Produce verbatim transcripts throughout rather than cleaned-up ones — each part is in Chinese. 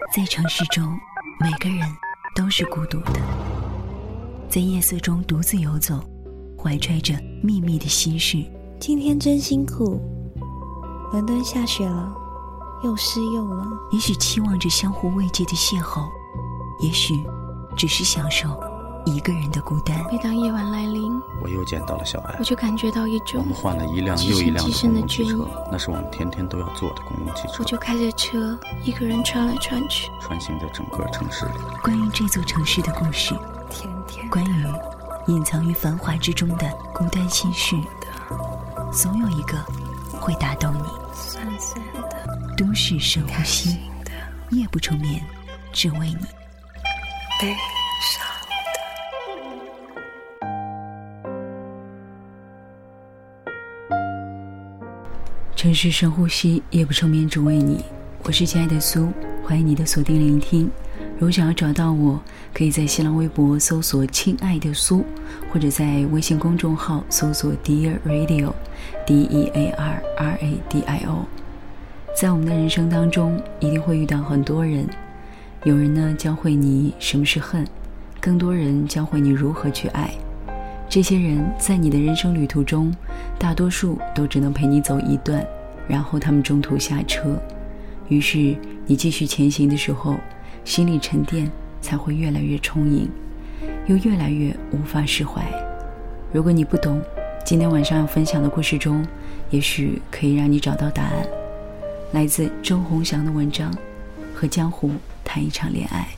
在城市中，每个人都是孤独的，在夜色中独自游走，怀揣着秘密的心事。 今天真辛苦，伦敦下雪了，又湿又冷。 也许期望着相互慰藉的邂逅，也许只是享受一个人的孤单。 每当夜晚来临， 我又见到了小艾， 我就感觉到一种我们换了一辆又一辆的公共汽车，那是我们天天都要坐的公共汽车。 我就开着车，一个人穿来穿去， 穿行在整个城市里。 关于这座城市的故事， 甜甜关于隐藏于繁华之中的孤单心事，总有一个会打动你。 酸酸的， 都市深呼吸，夜不成眠，只为你。 悲伤。 城市深呼吸，夜不成眠，只为你。我是亲爱的苏，欢迎你的锁定聆听。如果想要找到我，可以在新浪微博搜索亲爱的苏，或者在微信公众号搜索 Dear Radio D E A R R A D I O。 在我们的人生当中，一定会遇到很多人，有人呢教会你什么是恨，更多人教会你如何去爱。这些人在你的人生旅途中，大多数都只能陪你走一段，然后他们中途下车。于是你继续前行的时候，心里沉淀才会越来越充盈，又越来越无法释怀。如果你不懂，今天晚上要分享的故事中，也许可以让你找到答案。来自周鸿祥的文章《和江湖谈一场恋爱》。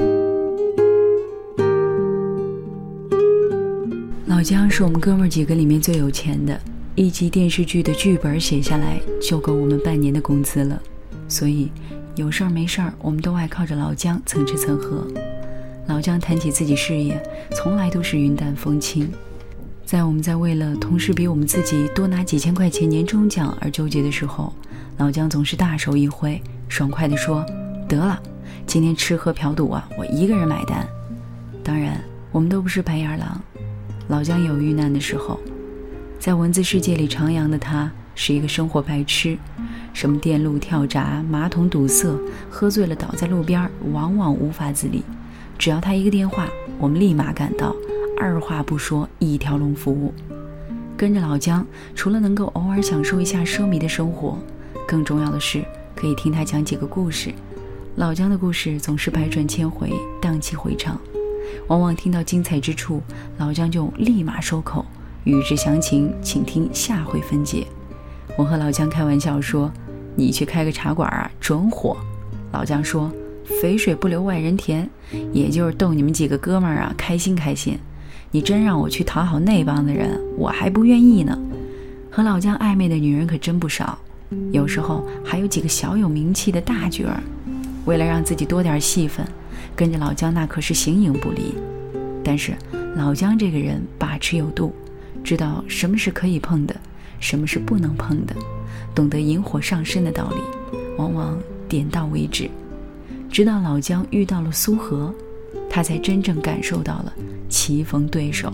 老姜是我们哥们儿几个里面最有钱的，一集电视剧的剧本写下来就够我们半年的工资了，所以有事儿没事儿我们都爱靠着老姜蹭吃蹭喝。老姜谈起自己事业，从来都是云淡风轻。在我们在为了同事比我们自己多拿几千块钱年终奖而纠结的时候，老姜总是大手一挥，爽快地说，得了，今天吃喝嫖赌啊，我一个人买单。当然我们都不是白眼狼，老姜有遇难的时候。在文字世界里徜徉的他是一个生活白痴，什么电路跳闸、马桶堵塞，喝醉了倒在路边，往往无法自理。只要他一个电话，我们立马赶到，二话不说，一条龙服务。跟着老姜，除了能够偶尔享受一下奢靡的生活，更重要的是可以听他讲几个故事。老姜的故事总是百转千回，荡气回肠，往往听到精彩之处，老姜就立马收口，语之详情请听下回分解。我和老姜开玩笑说，你去开个茶馆啊，准火。老姜说，肥水不流外人田，也就是逗你们几个哥们儿啊开心开心。你真让我去讨好那帮的人，我还不愿意呢。和老姜暧昧的女人可真不少，有时候还有几个小有名气的大角儿。为了让自己多点戏份，跟着老姜那可是形影不离。但是老姜这个人把持有度，知道什么是可以碰的，什么是不能碰的，懂得引火上身的道理，往往点到为止。直到老姜遇到了苏荷，他才真正感受到了棋逢对手。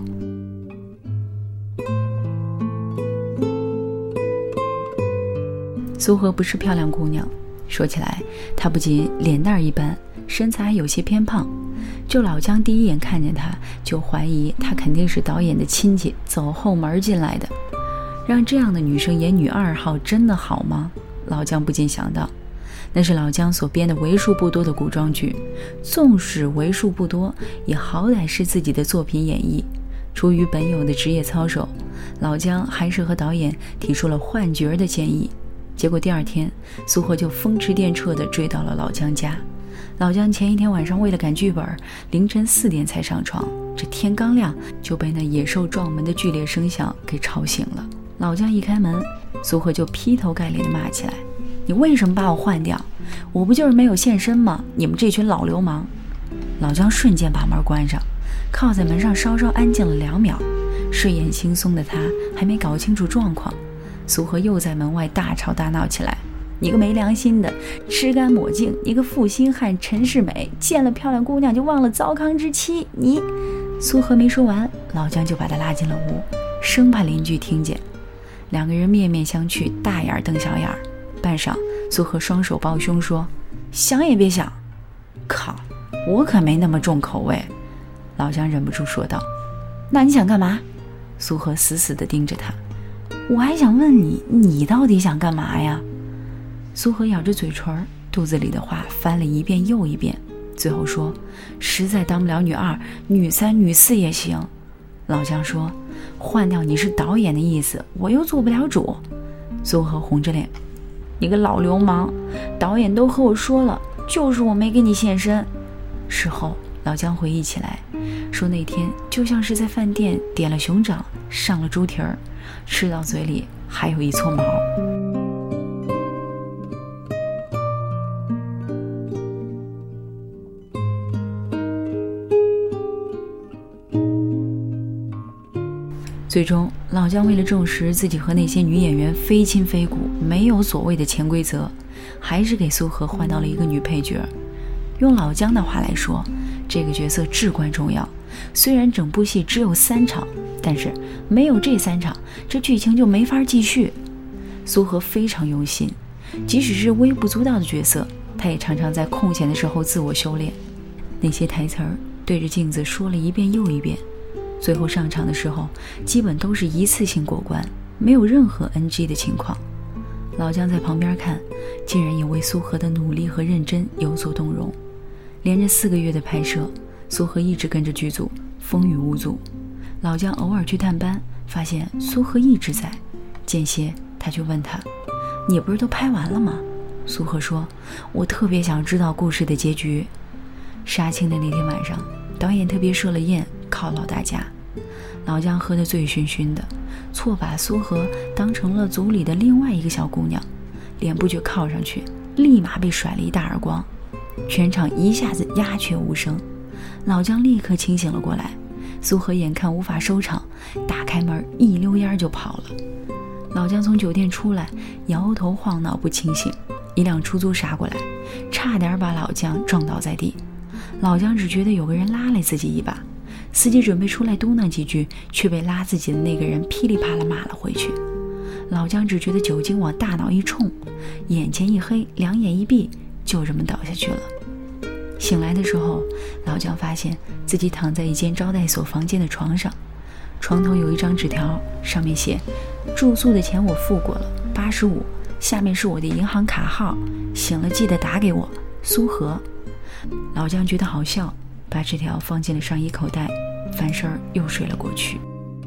苏荷不是漂亮姑娘，说起来她不仅脸蛋一般，身材还有些偏胖。就老姜第一眼看见她，就怀疑她肯定是导演的亲戚走后门进来的。让这样的女生演女二号真的好吗？老姜不禁想到，那是老姜所编的为数不多的古装剧，纵使为数不多，也好歹是自己的作品演绎。出于本有的职业操守，老姜还是和导演提出了换角的建议。结果第二天，苏荷就风驰电掣地追到了老姜家。老姜前一天晚上为了赶剧本，凌晨四点才上床，这天刚亮就被那野兽撞门的剧烈声响给吵醒了。老姜一开门，苏荷就劈头盖脸地骂起来，你为什么把我换掉？我不就是没有现身吗？你们这群老流氓！老姜瞬间把门关上，靠在门上稍稍安静了两秒，睡眼惺忪的他还没搞清楚状况，苏荷又在门外大吵大闹起来，你个没良心的，吃干抹净，你个负心汉陈世美，见了漂亮姑娘就忘了糟糠之妻，你……苏荷没说完，老姜就把他拉进了屋，生怕邻居听见。两个人面面相觑，大眼瞪小眼。半晌，苏荷双手抱胸说，想也别想， 靠，我可没那么重口味。老姜忍不住说道。那你想干嘛？苏荷死死地盯着他。我还想问你，你到底想干嘛呀？苏荷咬着嘴唇，肚子里的话翻了一遍又一遍，最后说，实在当不了女二，女三女四也行。老姜说，换掉你是导演的意思，我又做不了主。苏荷红着脸，你个老流氓，导演都和我说了，就是我没给你现身。事后老姜回忆起来，说那天就像是在饭店点了熊掌，上了猪蹄儿，吃到嘴里还有一撮毛。最终老姜为了证实自己和那些女演员非亲非故，没有所谓的潜规则，还是给苏荷换到了一个女配角。用老姜的话来说，这个角色至关重要，虽然整部戏只有三场，但是没有这三场，这剧情就没法继续。苏荷非常用心，即使是微不足道的角色，她也常常在空闲的时候自我修炼。那些台词儿对着镜子说了一遍又一遍，最后上场的时候基本都是一次性过关，没有任何 N G 的情况。老姜在旁边看，竟然也为苏荷的努力和认真有所动容。连着四个月的拍摄，苏荷一直跟着剧组，风雨无阻。老姜偶尔去探班，发现苏荷一直在。间歇他就问他，你不是都拍完了吗？苏荷说，我特别想知道故事的结局。杀青的那天晚上，导演特别设了宴犒劳大家。老姜喝得醉醺醺的，错把苏荷当成了组里的另外一个小姑娘，脸部就靠上去，立马被甩了一大耳光，全场一下子鸦雀无声。老姜立刻清醒了过来，苏荷眼看无法收场，打开门一溜烟就跑了。老姜从酒店出来，摇头晃脑不清醒，一辆出租杀过来，差点把老姜撞倒在地。老姜只觉得有个人拉了自己一把，司机准备出来嘟囔几句，却被拉自己的那个人噼里啪啦骂了回去。老姜只觉得酒精往大脑一冲，眼前一黑，两眼一闭，就这么倒下去了。醒来的时候，老姜发现自己躺在一间招待所房间的床上，床头有一张纸条，上面写，住宿的钱我付过了八十五，下面是我的银行卡号，醒了记得打给我，苏荷。老姜觉得好笑，把纸条放进了上衣口袋，翻身又睡了过去。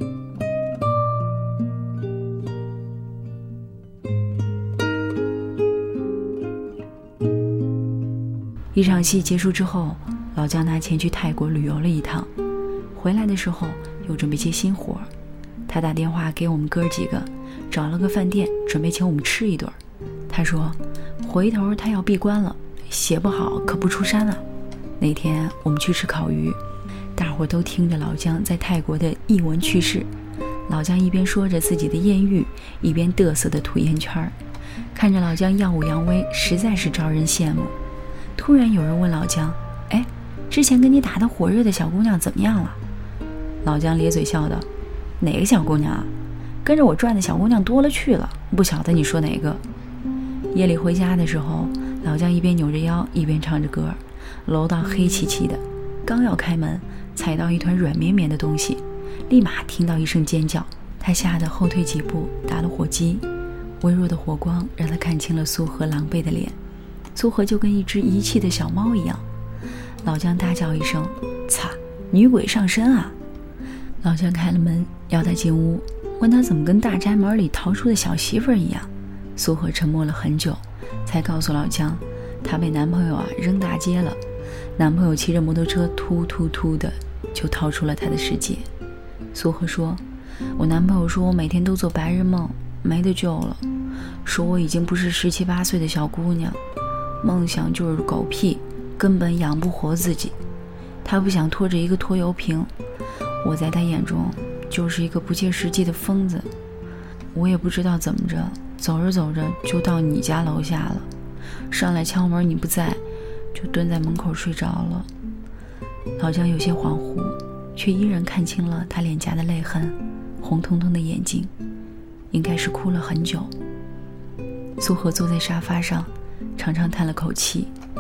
一场戏结束之后，老姜拿钱去泰国旅游了一趟，回来的时候又准备接新活。他打电话给我们哥几个，找了个饭店，准备请我们吃一顿。他说回头他要闭关了，写不好可不出山了。那天我们去吃烤鱼，大伙都听着老姜在泰国的译文趣事。老姜一边说着自己的艳遇，一边嘚瑟的吐烟圈，看着老姜耀武扬威，实在是招人羡慕。突然有人问老姜，哎，之前跟你打得火热的小姑娘怎么样了？老姜咧嘴笑道，哪个小姑娘啊？跟着我转的小姑娘多了去了，不晓得你说哪个。夜里回家的时候，老姜一边扭着腰一边唱着歌，楼道黑漆漆的，刚要开门，踩到一团软绵绵的东西，立马听到一声尖叫，他吓得后退几步，打了火机。微弱的火光让他看清了苏荷狼狈的脸，苏荷就跟一只遗弃的小猫一样。老姜大叫一声，擦，女鬼上身啊！老姜开了门要他进屋，问他怎么跟大宅门里逃出的小媳妇儿一样。苏荷沉默了很久，才告诉老姜，她被男朋友啊扔大街了，男朋友骑着摩托车突突突的就逃出了她的世界。苏荷说，我男朋友说我每天都做白日梦，没得救了，说我已经不是十七八岁的小姑娘，梦想就是狗屁，根本养不活自己。他不想拖着一个拖油瓶，我在他眼中就是一个不切实际的疯子。我也不知道怎么着，走着走着就到你家楼下了，上来敲门你不在，就蹲在门口睡着了。老姜有些恍惚，却依然看清了他脸颊的泪痕，红彤彤的眼睛，应该是哭了很久。苏荷坐在沙发上，长长叹了口气，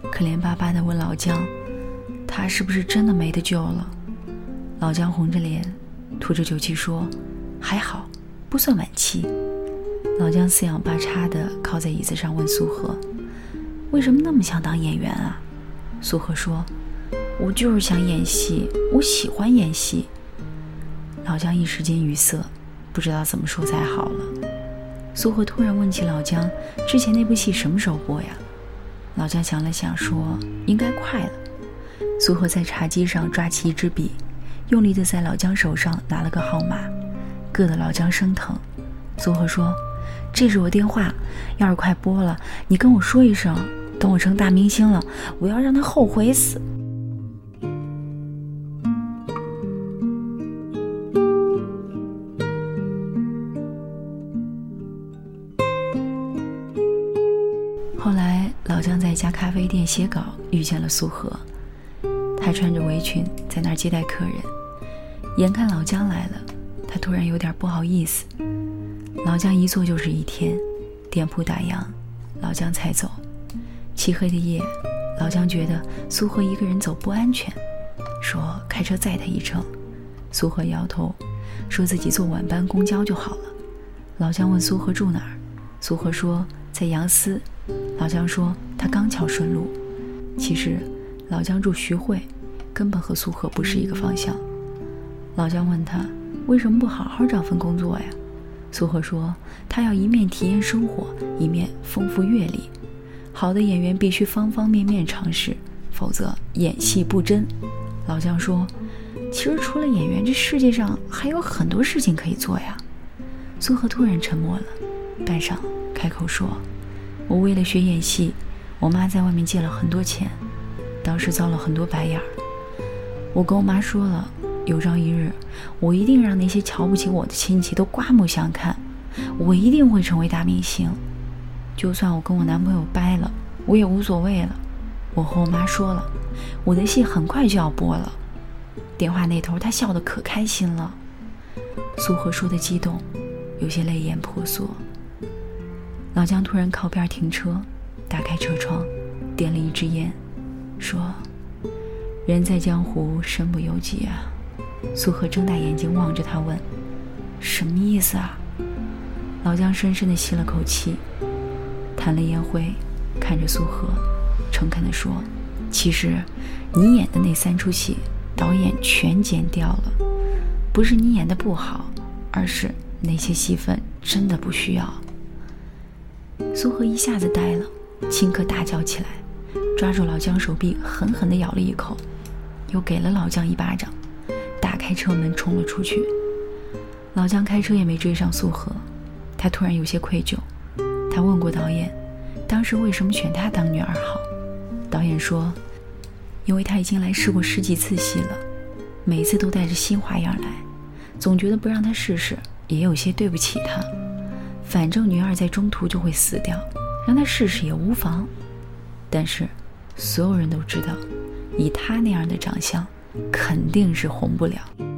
可怜巴巴地问老姜，他是不是真的没得救了？老姜红着脸吐着酒气说，还好，不算晚期。老姜四仰八叉地靠在椅子上问苏荷，为什么那么想当演员啊？苏荷说，我就是想演戏，我喜欢演戏。老姜一时间语塞，不知道怎么说才好了。苏荷突然问起老姜之前那部戏什么时候播呀？老姜想了想说，应该快了。苏荷在茶几上抓起一支笔，用力地在老姜手上拿了个号码，硌得老姜生疼。苏荷说，这是我电话，要是快播了，你跟我说一声，等我成大明星了，我要让他后悔死。后来老姜在一家咖啡店写稿，遇见了苏荷。他穿着围裙在那儿接待客人，眼看老姜来了，他突然有点不好意思。老姜一坐就是一天，店铺打烊，老姜才走。漆黑的夜，老姜觉得苏荷一个人走不安全，说开车载他一程。苏荷摇头，说自己坐晚班公交就好了。老姜问苏荷住哪儿，苏荷说在杨思。老姜说他刚巧顺路，其实老姜住徐汇，根本和苏荷不是一个方向。老姜问他为什么不好好找份工作呀？苏荷说他要一面体验生活，一面丰富阅历。好的演员必须方方面面尝试，否则演戏不真。老姜说，其实除了演员，这世界上还有很多事情可以做呀。苏荷突然沉默了，半晌开口说，我为了学演戏，我妈在外面借了很多钱，当时遭了很多白眼儿。我跟我妈说了，有朝一日我一定让那些瞧不起我的亲戚都刮目相看，我一定会成为大明星。就算我跟我男朋友掰了，我也无所谓了。我和我妈说了，我的戏很快就要播了。电话那头她笑得可开心了。苏荷说的激动，有些泪眼婆娑。老姜突然靠边停车，打开车窗，点了一支烟，说，人在江湖身不由己啊。苏荷睁大眼睛望着他问，什么意思啊？老姜深深地吸了口气，弹了烟灰，看着苏荷诚恳地说，其实你演的那三出戏导演全剪掉了，不是你演的不好，而是那些戏份真的不需要。苏荷一下子呆了，顷刻大叫起来，抓住老姜手臂狠狠地咬了一口，又给了老姜一巴掌，打开车门冲了出去。老姜开车也没追上苏荷，他突然有些愧疚。他问过导演，当时为什么选他当女二号？导演说，因为他已经来试过十几次戏了，每次都带着新花样来，总觉得不让他试试也有些对不起他。反正女二在中途就会死掉，让他试试也无妨。但是所有人都知道，以他那样的长相肯定是红不了。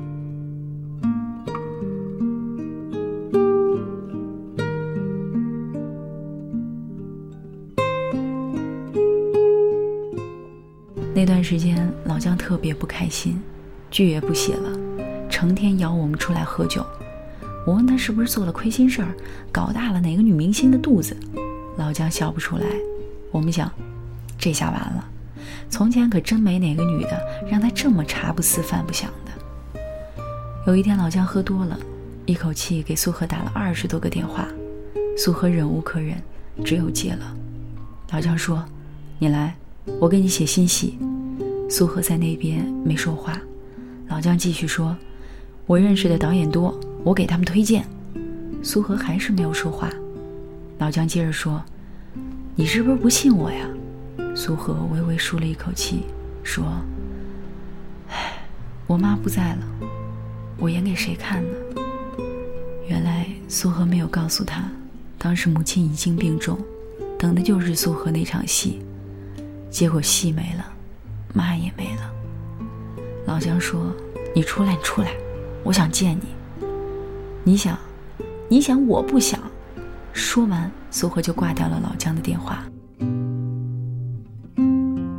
那段时间老姜特别不开心，剧也不写了，成天邀我们出来喝酒。我问他是不是做了亏心事儿，搞大了哪个女明星的肚子。老姜笑不出来。我们想，这下完了，从前可真没哪个女的让他这么茶不思饭不想的。有一天老姜喝多了，一口气给苏荷打了二十多个电话，苏荷忍无可忍，只有接了。老姜说，你来，我给你写新戏。苏荷在那边没说话。老姜继续说，我认识的导演多，我给他们推荐。苏荷还是没有说话。老姜接着说，你是不是不信我呀？苏荷微微舒了一口气，说，唉，我妈不在了，我演给谁看呢？原来苏荷没有告诉他，当时母亲已经病重，等的就是苏荷那场戏。结果戏没了，妈也没了。老姜说，你出来，你出来，我想见你。你想，你想，我不想。说完，苏荷就挂掉了老姜的电话。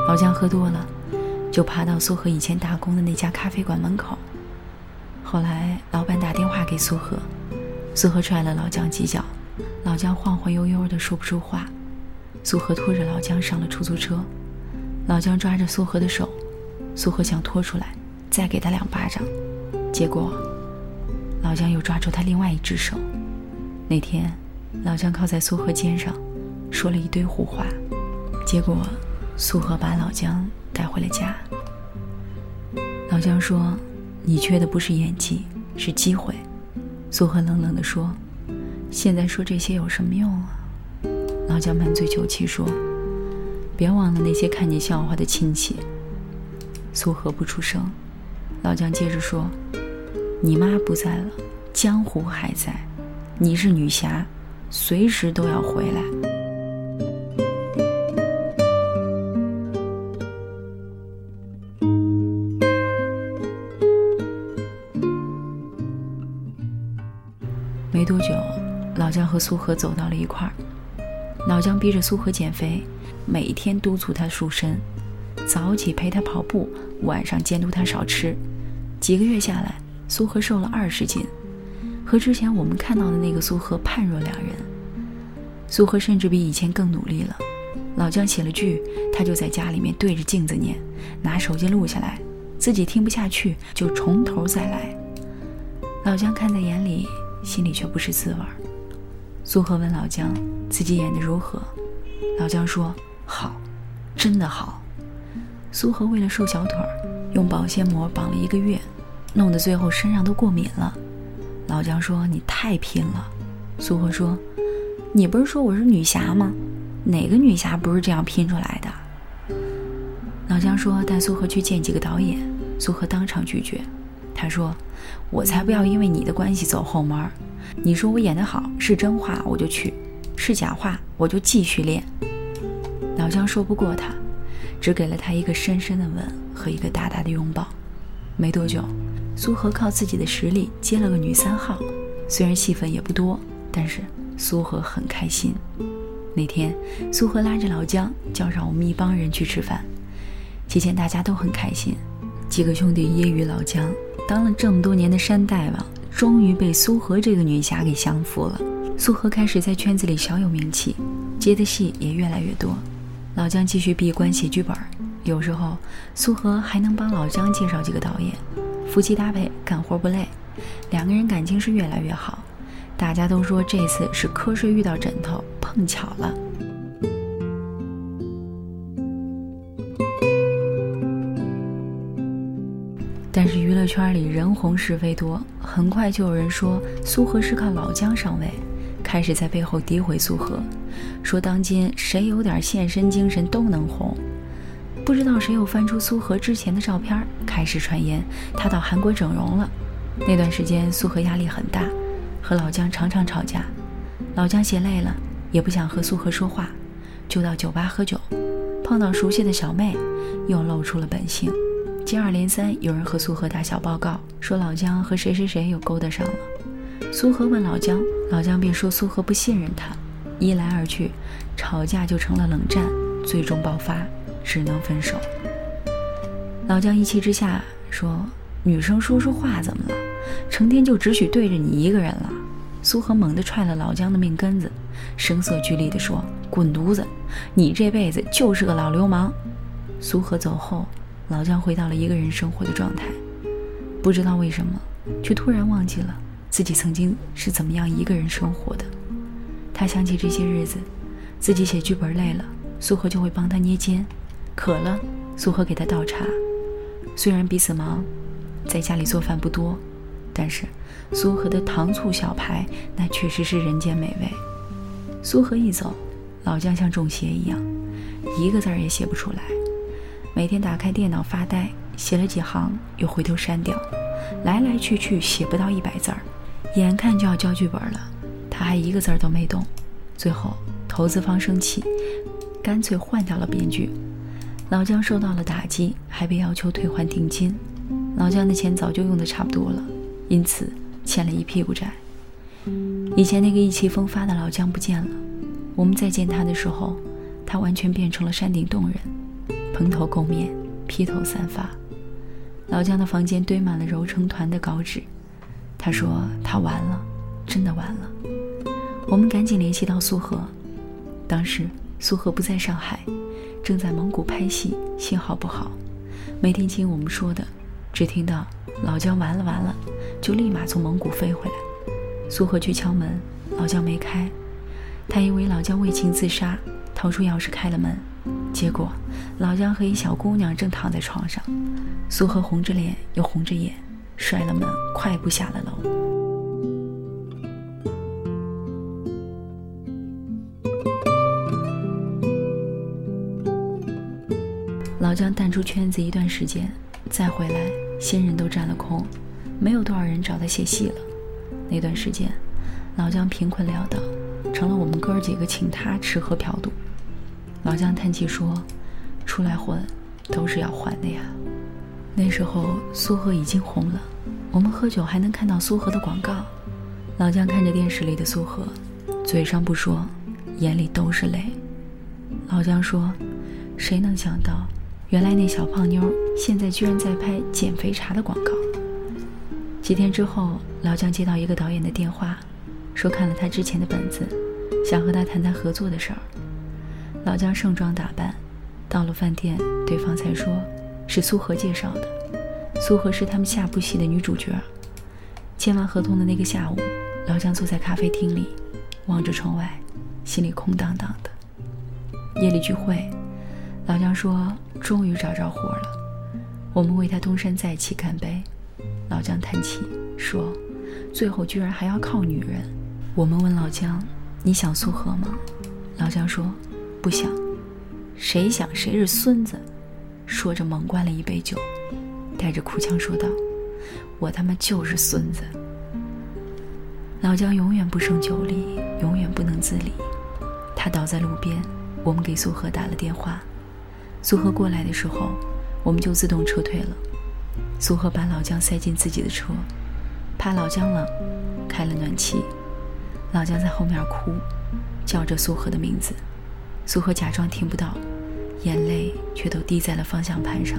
老姜喝多了，就爬到苏荷以前打工的那家咖啡馆门口。后来老板打电话给苏荷，苏荷踹了老姜几脚，老姜晃晃悠悠的说不出话。苏荷拖着老姜上了出租车，老姜抓着苏荷的手，苏荷想拖出来再给他两巴掌，结果老姜又抓住他另外一只手。那天老姜靠在苏荷肩上说了一堆胡话，结果苏荷把老姜带回了家。老姜说，你缺的不是演技，是机会。苏荷冷冷地说，现在说这些有什么用啊？老姜满嘴酒气说，别忘了那些看你笑话的亲戚。苏荷不出声。老姜接着说，你妈不在了，江湖还在，你是女侠，随时都要回来。没多久，老姜和苏荷走到了一块儿。老姜逼着苏荷减肥，每天督促她瘦身，早起陪她跑步，晚上监督她少吃。几个月下来，苏荷瘦了二十斤，和之前我们看到的那个苏荷判若两人。苏荷甚至比以前更努力了。老姜写了剧，她就在家里面对着镜子念，拿手机录下来，自己听不下去就从头再来。老姜看在眼里，心里却不是滋味。苏荷问老姜自己演得如何，老姜说好，真的好。苏荷为了瘦小腿用保鲜膜绑了一个月，弄得最后身上都过敏了。老姜说你太拼了。苏荷说，你不是说我是女侠吗？哪个女侠不是这样拼出来的？老姜说带苏荷去见几个导演，苏荷当场拒绝。他说，我才不要因为你的关系走后门，你说我演得好，是真话我就去，是假话我就继续练。老姜说不过他，只给了他一个深深的吻和一个大大的拥抱。没多久，苏荷靠自己的实力接了个女三号，虽然戏份也不多，但是苏荷很开心。那天苏荷拉着老姜叫上我们一帮人去吃饭，期间大家都很开心。几个兄弟揶揄老姜当了这么多年的山大王，终于被苏荷这个女侠给降服了。苏荷开始在圈子里小有名气，接的戏也越来越多。老姜继续闭关写剧本，有时候苏荷还能帮老姜介绍几个导演，夫妻搭配，干活不累，两个人感情是越来越好。大家都说这次是瞌睡遇到枕头，碰巧了。但是娱乐圈里人红是非多，很快就有人说苏荷是靠老姜上位，开始在背后诋毁苏荷，说当今谁有点献身精神都能红。不知道谁又翻出苏荷之前的照片，开始传言她到韩国整容了。那段时间苏荷压力很大，和老姜常常吵架，老姜写累了也不想和苏荷说话，就到酒吧喝酒，碰到熟悉的小妹，又露出了本性。接二连三有人和苏荷打小报告，说老姜和谁谁谁又勾搭上了。苏荷问老姜，老姜便说苏荷不信任他，一来二去吵架就成了冷战，最终爆发，只能分手。老姜一气之下说，女生说说话怎么了，成天就只许对着你一个人了。苏荷猛地踹了老姜的命根子，声色俱厉地说，滚犊子，你这辈子就是个老流氓。苏荷走后，老姜回到了一个人生活的状态，不知道为什么，却突然忘记了自己曾经是怎么样一个人生活的。他想起这些日子，自己写剧本累了，苏荷就会帮他捏肩，渴了，苏荷给他倒茶。虽然彼此忙，在家里做饭不多，但是苏荷的糖醋小排那确实是人间美味。苏荷一走，老姜像中邪一样，一个字儿也写不出来，每天打开电脑发呆，写了几行又回头删掉，来来去去写不到一百字儿。眼看就要交剧本了，他还一个字儿都没动。最后投资方生气，干脆换掉了编剧。老姜受到了打击，还被要求退还定金。老姜的钱早就用得差不多了，因此欠了一屁股债。以前那个意气风发的老姜不见了，我们再见他的时候，他完全变成了山顶洞人， 蓬头垢面，披头散发。老姜的房间堆满了揉成团的稿纸，他说他完了，真的完了。我们赶紧联系到苏荷，当时苏荷不在上海，正在蒙古拍戏，信号不好，没听清我们说的，只听到老姜完了完了，就立马从蒙古飞回来。苏荷去敲门，老姜没开，他以为老姜为情自杀，掏出钥匙开了门，结果老姜和一小姑娘正躺在床上，苏荷红着脸又红着眼，摔了门，快步下了楼。老姜淡出圈子一段时间，再回来新人都占了空，没有多少人找他写戏了。那段时间老姜贫困潦倒，成了我们哥儿几个请他吃喝嫖赌。老姜叹气说，出来混都是要还的呀。那时候苏荷已经红了，我们喝酒还能看到苏荷的广告。老姜看着电视里的苏荷，嘴上不说，眼里都是泪。老姜说，谁能想到原来那小胖妞现在居然在拍减肥茶的广告。几天之后，老姜接到一个导演的电话，说看了他之前的本子，想和他谈谈合作的事儿。老姜盛装打扮，到了饭店，对方才说是苏荷介绍的，苏荷是他们下部戏的女主角。签完合同的那个下午，老姜坐在咖啡厅里，望着窗外，心里空荡荡的。夜里聚会，老姜说终于找着活了，我们为他东山再起干杯。老姜叹气说，最后居然还要靠女人。我们问老姜，你想苏荷吗？老姜说，不想。谁想谁是孙子。说着猛灌了一杯酒，带着哭腔说道，我他妈就是孙子。老姜永远不胜酒力，永远不能自理。他倒在路边，我们给苏荷打了电话。苏荷过来的时候，我们就自动撤退了。苏荷把老姜塞进自己的车，怕老姜冷，开了暖气。老姜在后面哭，叫着苏荷的名字。苏荷假装听不到，眼泪却都滴在了方向盘上。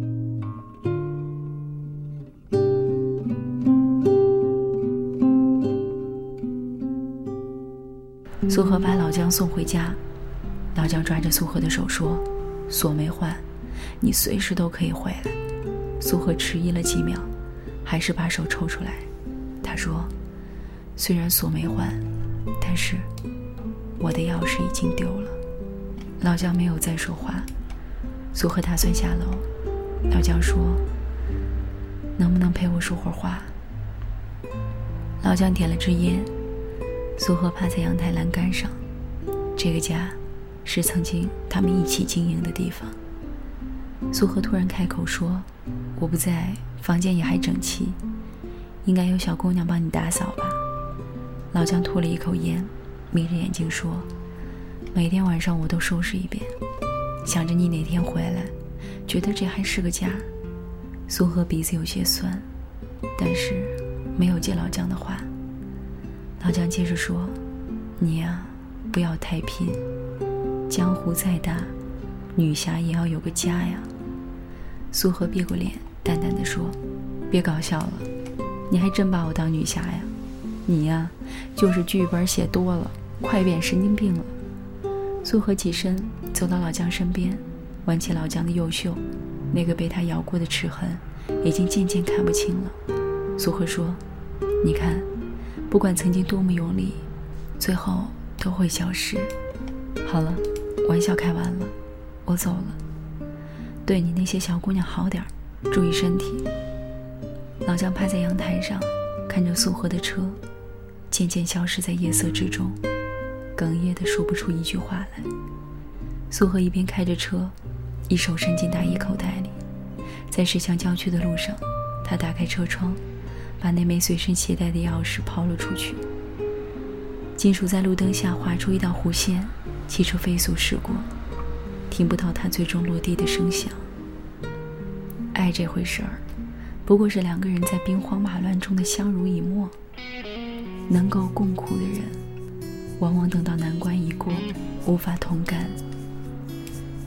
苏荷把老姜送回家，老姜抓着苏荷的手说，锁没换，你随时都可以回来。苏荷迟疑了几秒，还是把手抽出来。他说，虽然锁没换，但是我的钥匙已经丢了。老姜没有再说话。苏荷打算下楼，老姜说，能不能陪我说会儿话？老姜点了支烟。苏荷趴在阳台栏杆上，这个家是曾经他们一起经营的地方。苏荷突然开口说，我不在，房间也还整齐，应该有小姑娘帮你打扫吧。老姜吐了一口烟，眯着眼睛说，每天晚上我都收拾一遍，想着你哪天回来，觉得这还是个家。苏荷鼻子有些酸，但是没有接老姜的话。老姜接着说，你呀、啊，不要太拼，江湖再大，女侠也要有个家呀。苏荷别过脸，淡淡的说，别搞笑了，你还真把我当女侠呀？你呀，就是剧本写多了，快变神经病了。苏荷起身走到老姜身边，挽起老姜的右袖，那个被他咬过的齿痕已经渐渐看不清了。苏荷说，你看，不管曾经多么用力，最后都会消失。好了，玩笑开完了，我走了。对你那些小姑娘好点，注意身体。老姜趴在阳台上，看着苏荷的车渐渐消失在夜色之中，哽咽地说不出一句话来。苏荷一边开着车，一手伸进大衣口袋里，在驶向郊区的路上，他打开车窗，把那枚随身携带的钥匙抛了出去。金属在路灯下划出一道弧线，汽车飞速驶过，听不到它最终落地的声响。爱这回事儿，不过是两个人在兵荒马乱中的相濡以沫。能够共苦的人，往往等到难关一过，无法同甘。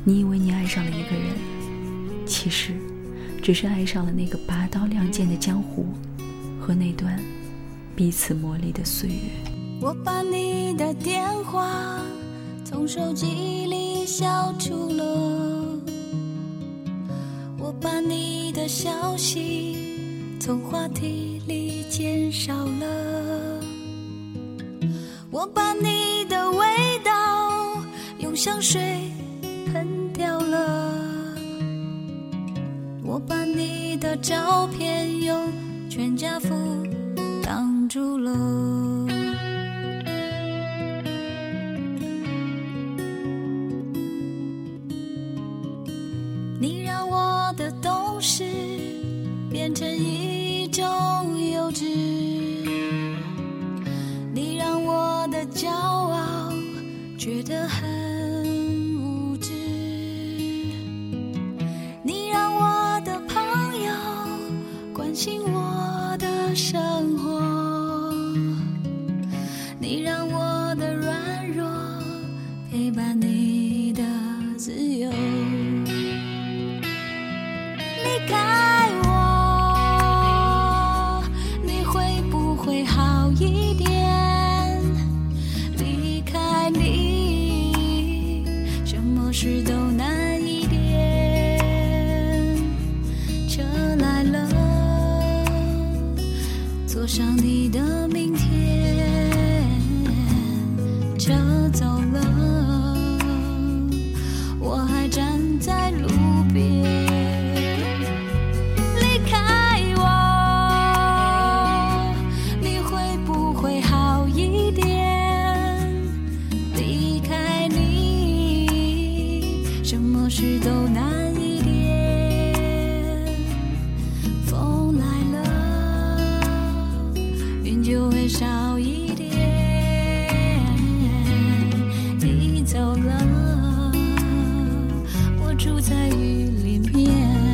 你以为你爱上了一个人，其实只是爱上了那个拔刀亮剑的江湖和那段彼此磨砺的岁月。 我把你的电话从手机里消除了，我把你的消息从话题里减少了，我把你的味道用香水喷掉了，我把你的照片用全家福挡住了。你让我的懂事变成一种幼稚，你让我的骄傲觉得很无知，你让我的朋友关心我的生活，你让我的软弱陪伴你的自由。离开我，你会不会好一点？离开你，什么事都难一点。车来了，坐上你的明天。车走了，我还站在路边。事都难一点，风来了，云就会少一点。你走了，我住在雨里面。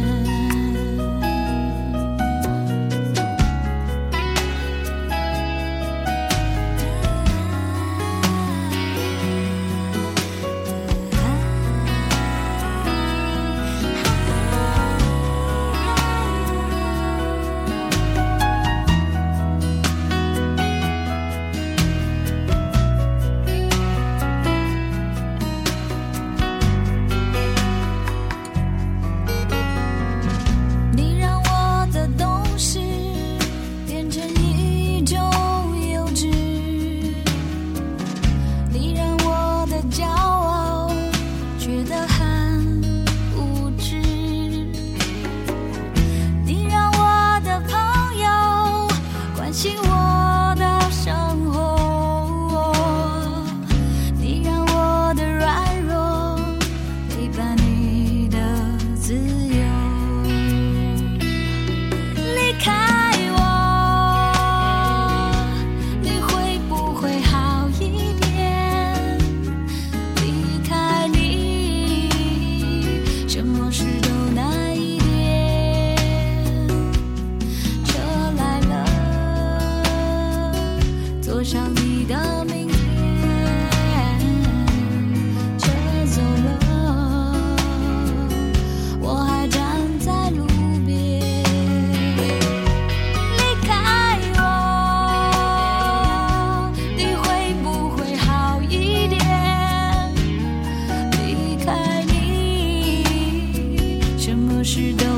上你的明天，车走了，我还站在路边。离开我，你会不会好一点？离开你，什么事都